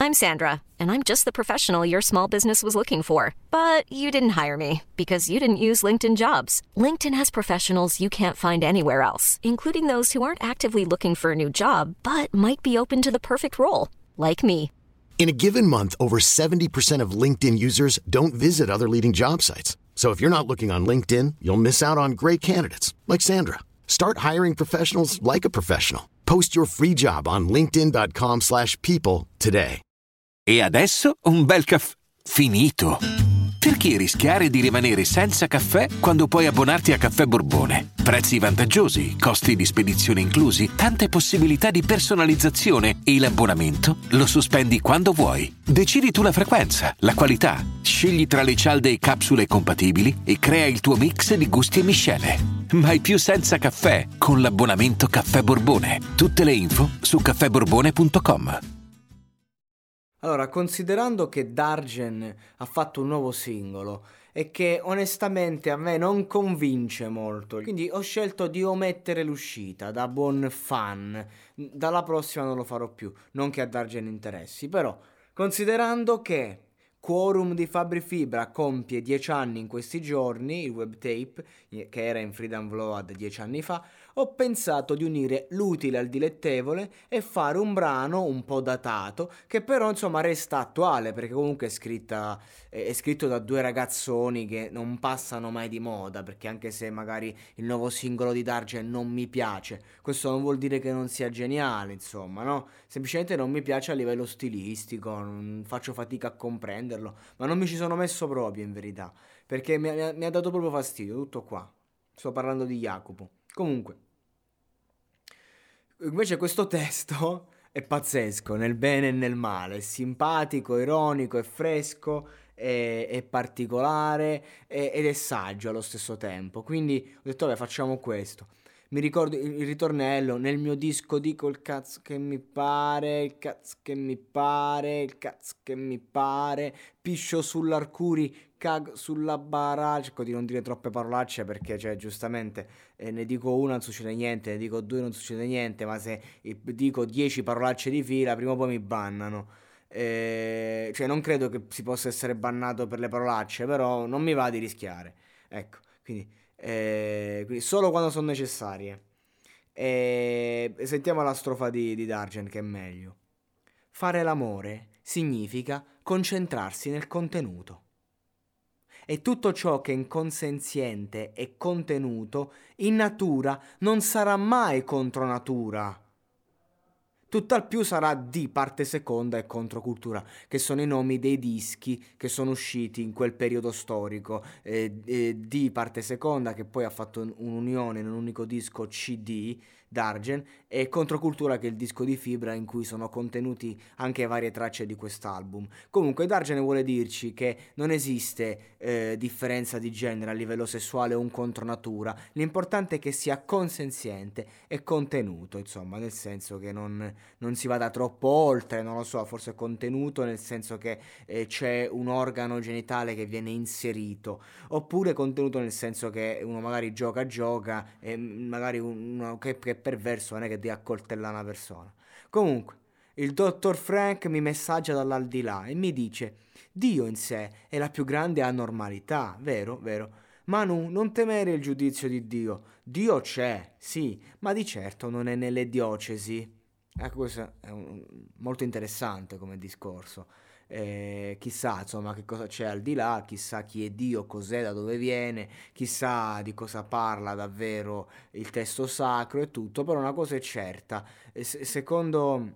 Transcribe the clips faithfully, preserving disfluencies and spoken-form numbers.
I'm Sandra, and I'm just the professional your small business was looking for. But you didn't hire me because you didn't use LinkedIn Jobs. LinkedIn has professionals you can't find anywhere else, including those who aren't actively looking for a new job, but might be open to the perfect role, like me. In a given month, over seventy percent of LinkedIn users don't visit other leading job sites. So if you're not looking on LinkedIn, you'll miss out on great candidates like Sandra. Start hiring professionals like a professional. Post your free job on linkedin.com slash people today. E adesso un bel caffè finito. Perché rischiare di rimanere senza caffè quando puoi abbonarti a Caffè Borbone? Prezzi vantaggiosi, costi di spedizione inclusi, tante possibilità di personalizzazione e l'abbonamento lo sospendi quando vuoi. Decidi tu la frequenza, la qualità, scegli tra le cialde e capsule compatibili e crea il tuo mix di gusti e miscele. Mai più senza caffè con l'abbonamento Caffè Borbone. Tutte le info su caffè borbone punto com. Allora, considerando che Dargen ha fatto un nuovo singolo e che onestamente a me non convince molto, quindi ho scelto di omettere l'uscita da buon fan. Dalla prossima non lo farò più, non che a Dargen interessi, però considerando che Quorum di Fabri Fibra compie dieci anni in questi giorni, il web tape che era in Freedom Vload dieci anni fa, ho pensato di unire l'utile al dilettevole e fare un brano un po' datato che però insomma resta attuale, perché comunque è scritta è scritto da due ragazzoni che non passano mai di moda, perché anche se magari il nuovo singolo di Dargen non mi piace, questo non vuol dire che non sia geniale, insomma, no? Semplicemente non mi piace a livello stilistico, non faccio fatica a comprenderlo, ma non mi ci sono messo proprio in verità, perché mi ha, mi ha dato proprio fastidio, tutto qua. Sto parlando di Jacopo. Comunque, invece questo testo è pazzesco, nel bene e nel male, è simpatico, ironico, è fresco, è, è particolare è, ed è saggio allo stesso tempo. Quindi ho detto, vabbè, facciamo questo. Mi ricordo il ritornello: nel mio disco dico il cazzo che mi pare, il cazzo che mi pare, il cazzo che mi pare, piscio sull'Arcuri, cago sulla bara. Cerco di non dire troppe parolacce perché, cioè, giustamente eh, ne dico una non succede niente, ne dico due non succede niente, ma se eh, dico dieci parolacce di fila prima o poi mi bannano. Eh, cioè non credo che si possa essere bannato per le parolacce, però non mi va di rischiare, ecco, quindi eh, quindi solo quando sono necessarie. E sentiamo la strofa di, di Dargen, che è meglio. Fare l'amore significa concentrarsi nel contenuto. E tutto ciò che è inconsenziente e contenuto in natura non sarà mai contro natura. Tutt'al più sarà di parte seconda e controcultura, che sono i nomi dei dischi che sono usciti in quel periodo storico. Eh, eh, di parte seconda, che poi ha fatto un'unione in un unico disco C D, Dargen, e Controcultura, che è il disco di Fibra in cui sono contenuti anche varie tracce di quest'album. Comunque Dargen vuole dirci che non esiste eh, differenza di genere a livello sessuale o un contronatura, l'importante è che sia consenziente e contenuto, insomma, nel senso che non non si vada troppo oltre, non lo so, forse contenuto nel senso che eh, c'è un organo genitale che viene inserito, oppure contenuto nel senso che uno magari gioca gioca e magari uno che, che è perverso non è che deve accoltellare una persona. Comunque, il dottor Frank mi messaggia dall'aldilà e mi dice: Dio in sé è la più grande anormalità, vero, vero. Manu, non temere il giudizio di Dio. Dio c'è, sì, ma di certo non è nelle diocesi. Ecco, questo è un, molto interessante come discorso. Eh, chissà insomma che cosa c'è al di là, chissà chi è Dio, cos'è, da dove viene, chissà di cosa parla davvero il testo sacro e tutto, però una cosa è certa, eh, se- secondo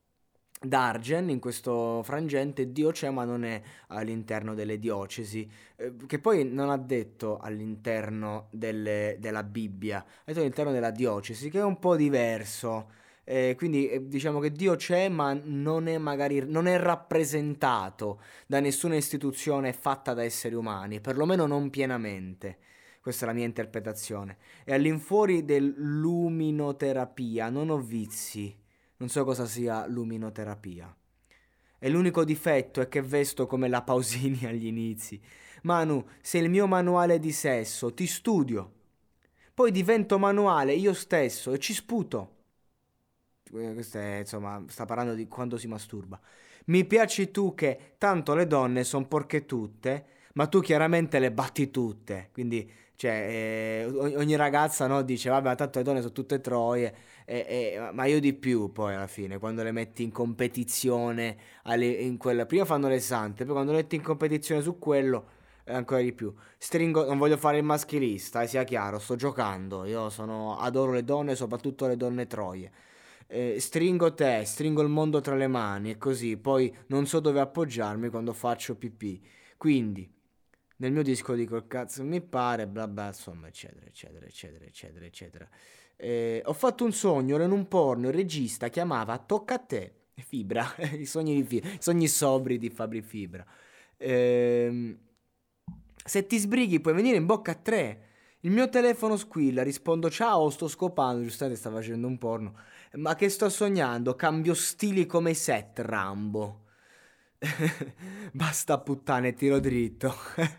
Dargen in questo frangente Dio c'è ma non è all'interno delle diocesi, eh, che poi non ha detto all'interno delle- della Bibbia, ha detto all'interno della diocesi, che è un po' diverso. Eh, quindi eh, diciamo che Dio c'è ma non è magari non è rappresentato da nessuna istituzione fatta da esseri umani, perlomeno non pienamente. Questa è la mia interpretazione. E all'infuori dell'luminoterapia non ho vizi. Non so cosa sia luminoterapia. E l'unico difetto è che vesto come la Pausini agli inizi. Manu, sei il mio manuale di sesso, ti studio. Poi divento manuale io stesso e ci sputo. Questo è, insomma, sta parlando di quando si masturba. Mi piaci tu che tanto le donne son porche tutte, ma tu chiaramente le batti tutte. Quindi, cioè, eh, ogni ogni ragazza, no, dice, vabbè, tanto le donne sono tutte troie, e- e- ma io di più poi alla fine, quando le metti in competizione, alle- in quella, prima fanno le sante, poi quando le metti in competizione su quello, eh, ancora di più. Stringo, non voglio fare il maschilista, eh, sia chiaro, sto giocando, io sono, adoro le donne, soprattutto le donne troie. Eh, stringo te, stringo il mondo tra le mani e così, poi non so dove appoggiarmi quando faccio pipì. Quindi, nel mio disco dico il cazzo mi pare, bla bla, insomma, eccetera, eccetera, eccetera, eccetera, eccetera. Eh, ho fatto un sogno, ero in un porno, il regista chiamava Tocca a te, Fibra, i sogni di Fibra, i sogni sobri di Fabri Fibra. Ehm, Se ti sbrighi puoi venire in bocca a tre. Il mio telefono squilla, rispondo ciao, sto scopando, giustamente sta facendo un porno. Ma che sto sognando? Cambio stili come i set, Rambo. Basta puttane, tiro dritto.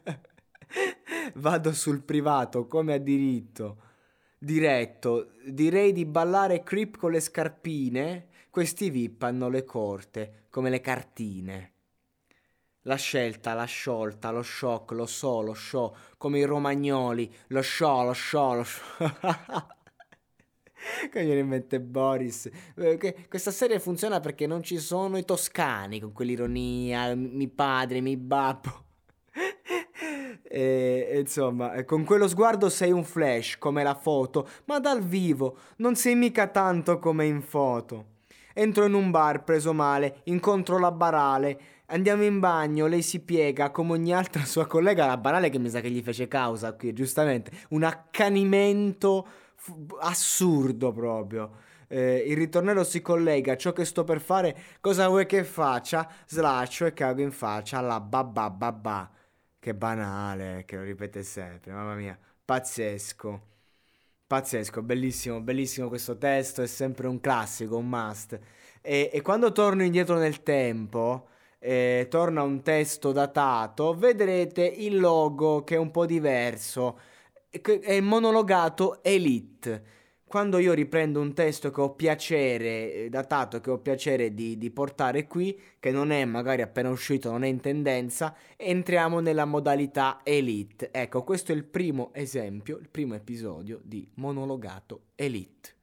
Vado sul privato come a diritto. Diretto, direi di ballare creep con le scarpine. Questi V I P hanno le corte, come le cartine. La scelta, la sciolta, lo shock, lo so, lo show, come i romagnoli, lo show, lo show, lo show. Che mi viene in mente Boris. Eh, che questa serie funziona perché non ci sono i toscani con quell'ironia, mi padre, mi babbo. E, e insomma, eh, con quello sguardo sei un flash come la foto, ma dal vivo non sei mica tanto come in foto. Entro in un bar preso male, incontro la Barale, andiamo in bagno, lei si piega come ogni altra sua collega, la Barale che mi sa che gli fece causa qui, giustamente, un accanimento f- assurdo proprio. Eh, il ritornello si collega, ciò che sto per fare, cosa vuoi che faccia? Slaccio e cago in faccia alla babà babà. Che banale, che lo ripete sempre, mamma mia, pazzesco. Pazzesco, bellissimo, bellissimo questo testo, è sempre un classico, un must. E, e quando torno indietro nel tempo, eh, torna un testo datato, vedrete il logo che è un po' diverso, e che è monologato Elite. Quando io riprendo un testo che ho piacere, eh, datato, che ho piacere di, di portare qui, che non è magari appena uscito, non è in tendenza, entriamo nella modalità Elite. Ecco, questo è il primo esempio, il primo episodio di monologato Elite.